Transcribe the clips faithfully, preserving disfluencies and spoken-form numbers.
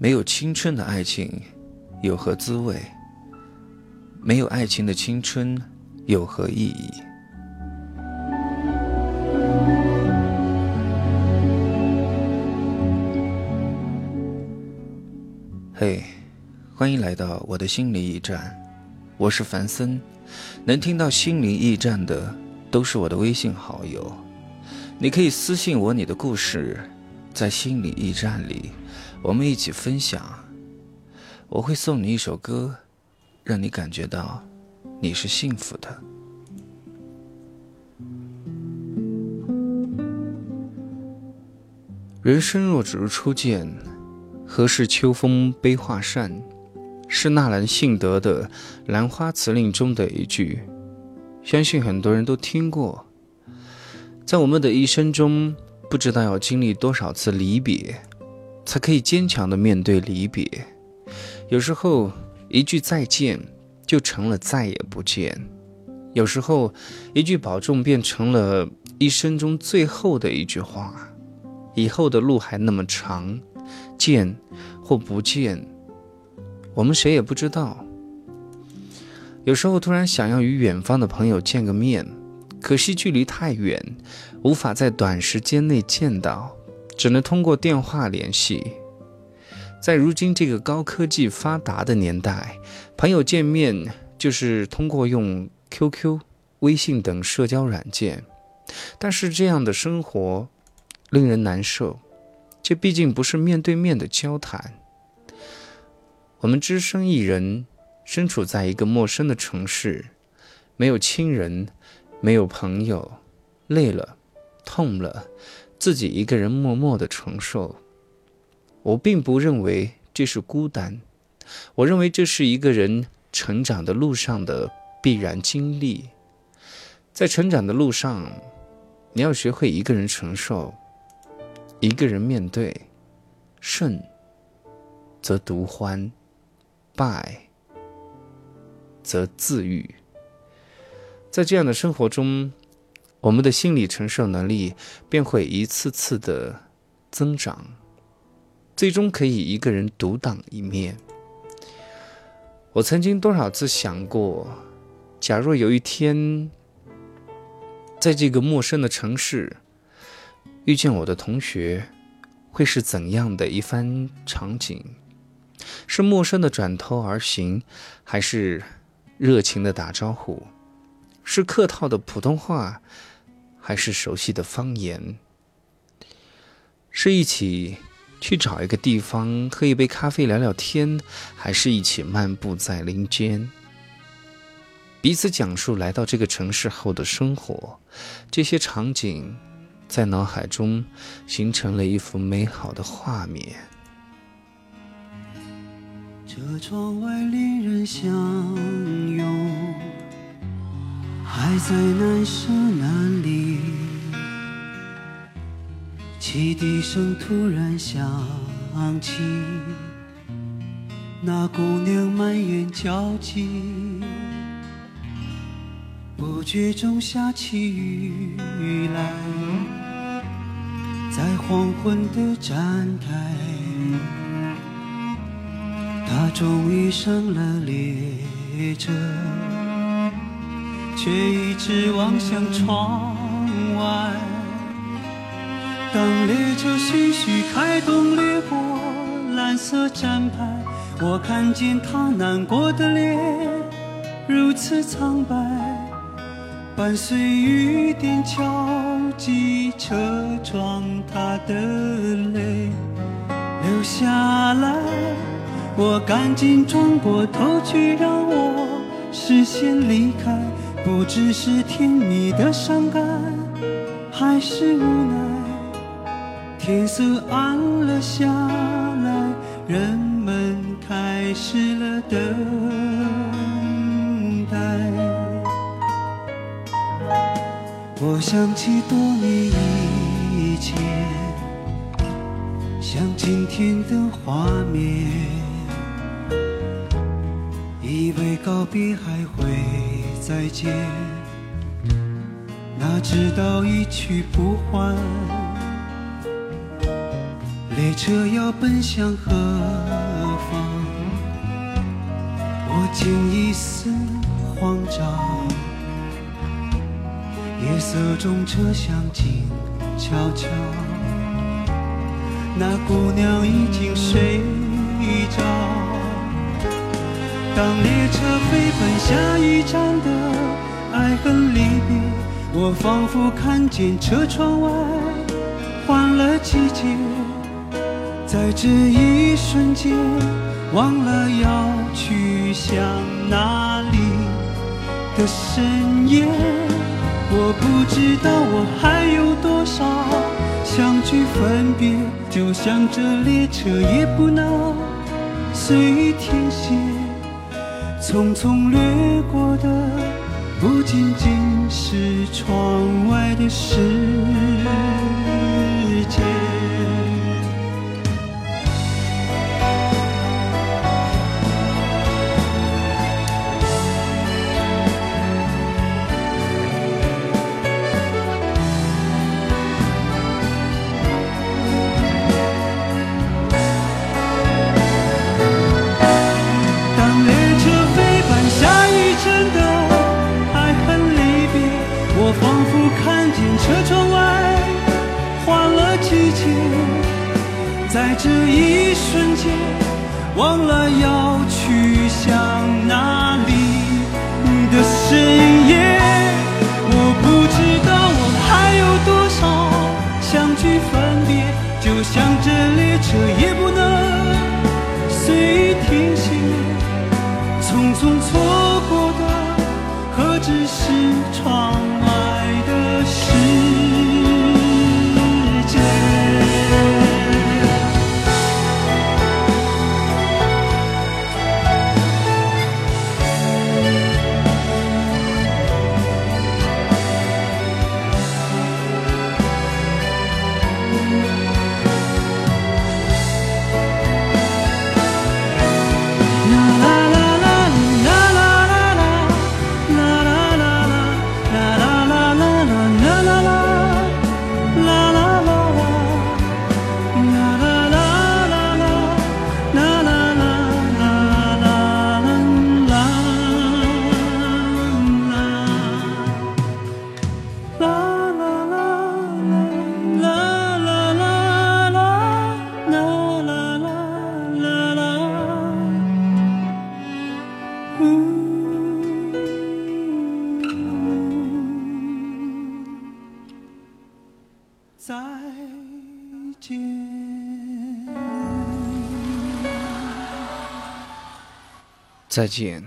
没有青春的爱情有何滋味？没有爱情的青春有何意义？嘿、hey, 欢迎来到我的心灵驿站，我是樊森。能听到心灵驿站的都是我的微信好友，你可以私信我你的故事，在心灵驿站里我们一起分享，我会送你一首歌，让你感觉到你是幸福的。人生若只如初见，何事秋风悲画扇，是纳兰性德的《兰花辞令》中的一句，相信很多人都听过。在我们的一生中，不知道要经历多少次离别，才可以坚强地面对离别。有时候一句再见就成了再也不见，有时候一句保重变成了一生中最后的一句话。以后的路还那么长，见或不见，我们谁也不知道。有时候突然想要与远方的朋友见个面，可惜距离太远，无法在短时间内见到，只能通过电话联系。在如今这个高科技发达的年代，朋友见面就是通过用 Q Q、微信等社交软件，但是这样的生活令人难受，这毕竟不是面对面的交谈。我们只身一人，身处在一个陌生的城市，没有亲人，没有朋友，累了，痛了，自己一个人默默地承受。我并不认为这是孤单，我认为这是一个人成长的路上的必然经历。在成长的路上，你要学会一个人承受，一个人面对，胜则独欢，败则自愈。在这样的生活中，我们的心理承受能力便会一次次的增长，最终可以一个人独当一面。我曾经多少次想过，假若有一天在这个陌生的城市遇见我的同学，会是怎样的一番场景？是陌生的转头而行，还是热情的打招呼？是客套的普通话，还是熟悉的方言？是一起去找一个地方喝一杯咖啡聊聊天，还是一起漫步在林间？彼此讲述来到这个城市后的生活，这些场景在脑海中形成了一幅美好的画面。 这窗外恋人相拥，还在难舍难离，汽笛声突然响起，那姑娘满眼焦急，不觉中下起雨来，在黄昏的站台，她终于上了列车，却一直望向窗外。当列车徐徐开动，掠过蓝色站牌，我看见她难过的脸如此苍白，伴随雨点敲击车窗，她的泪流下来。我赶紧转过头去，让我视线离开，不知是甜蜜的伤感，还是无奈。天色暗了下来，人们开始了等待。我想起多年以前，像今天的画面，以为告别还会再见，哪知道一去不还。列车要奔向河经一丝慌张，夜色中车厢静悄悄，那姑娘已经睡着。当列车飞奔下一站的爱恨离别，我仿佛看见车窗外换了季节，在这一瞬间忘了要去向哪里的深夜。我不知道我还有多少相聚分别，就像这列车也不能随停歇，匆匆掠过的不仅仅是窗外的世界。我仿佛看见车窗外换了季节，在这一瞬间忘了要去向哪里的深夜。我不知道我还有多少相聚分别，就像这列车也不能随停歇，匆匆错过的何止是窗外的世界。再见。 再见。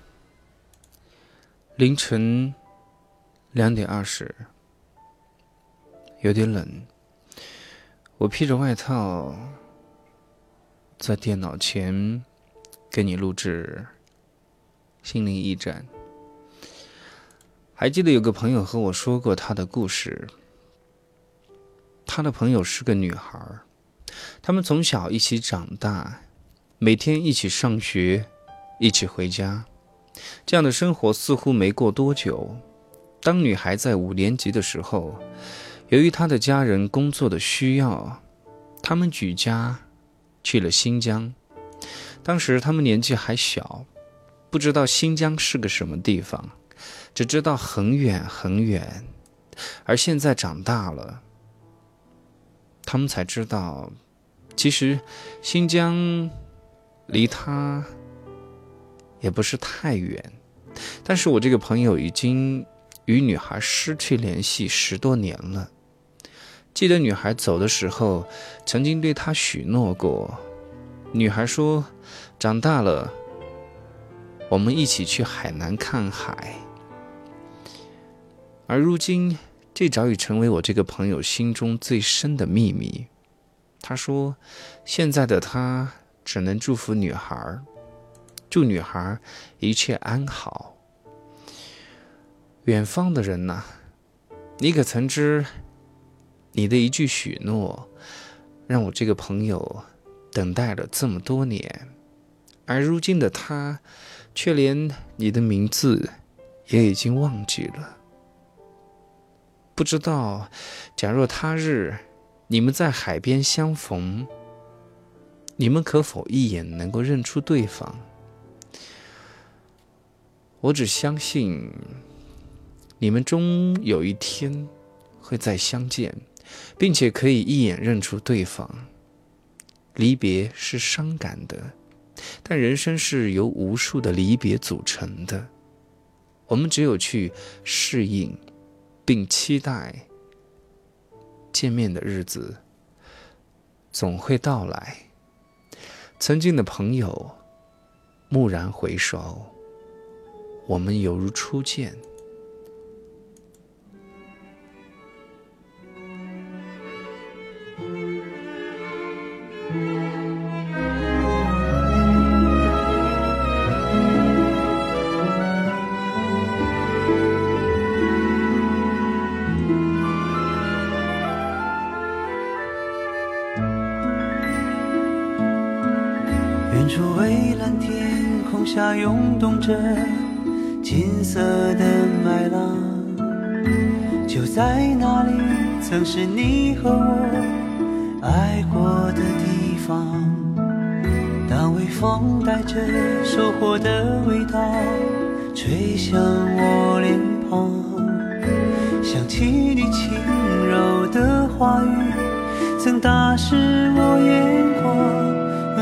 凌晨两点二十，有点冷。我披着外套，在电脑前给你录制心灵驿站。还记得有个朋友和我说过他的故事。他的朋友是个女孩，他们从小一起长大，每天一起上学，一起回家。这样的生活似乎没过多久，当女孩在五年级的时候，由于她的家人工作的需要，他们举家去了新疆。当时他们年纪还小，不知道新疆是个什么地方，只知道很远很远。而现在长大了，他们才知道，其实新疆离他也不是太远。但是我这个朋友已经与女孩失去联系十多年了。记得女孩走的时候，曾经对他许诺过。女孩说，长大了，我们一起去海南看海。而如今，这早已成为我这个朋友心中最深的秘密。他说，现在的他只能祝福女孩，祝女孩一切安好。远方的人呐、啊，你可曾知，你的一句许诺，让我这个朋友等待了这么多年，而如今的他，却连你的名字也已经忘记了。不知道，假若他日你们在海边相逢，你们可否一眼能够认出对方？ 我只相信你们终有一天会再相见，并且可以一眼认出对方。离别是伤感的，但人生是由无数的离别组成的。我们只有去适应并期待，见面的日子总会到来。曾经的朋友蓦然回首，我们犹如初见。 远处蔚蓝天空下涌动着金色的麦浪，就在那里曾是你和我爱过的地方。当微风带着收获的味道吹向我脸庞，想起你轻柔的话语曾打湿我眼眶。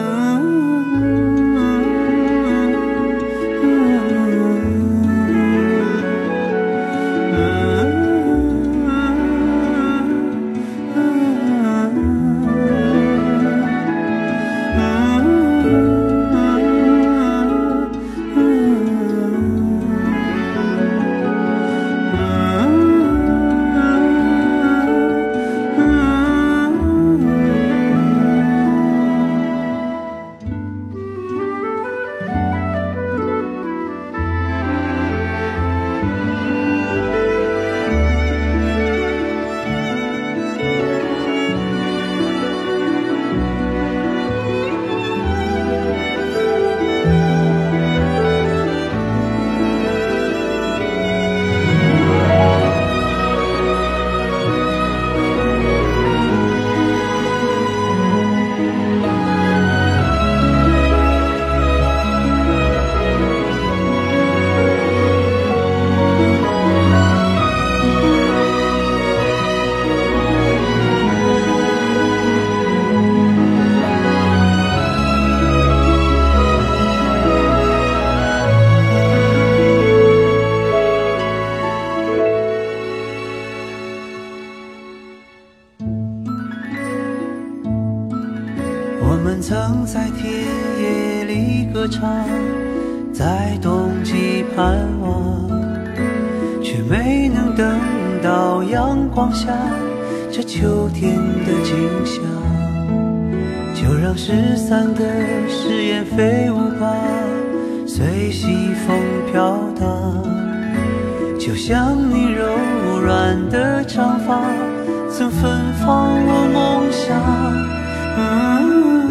我们曾在田野里歌唱，在冬季盼望，却没能等到阳光下这秋天的景象。就让失散的誓言飞舞吧，随西风飘荡，就像你柔软的长发曾芬芳我梦想。嗯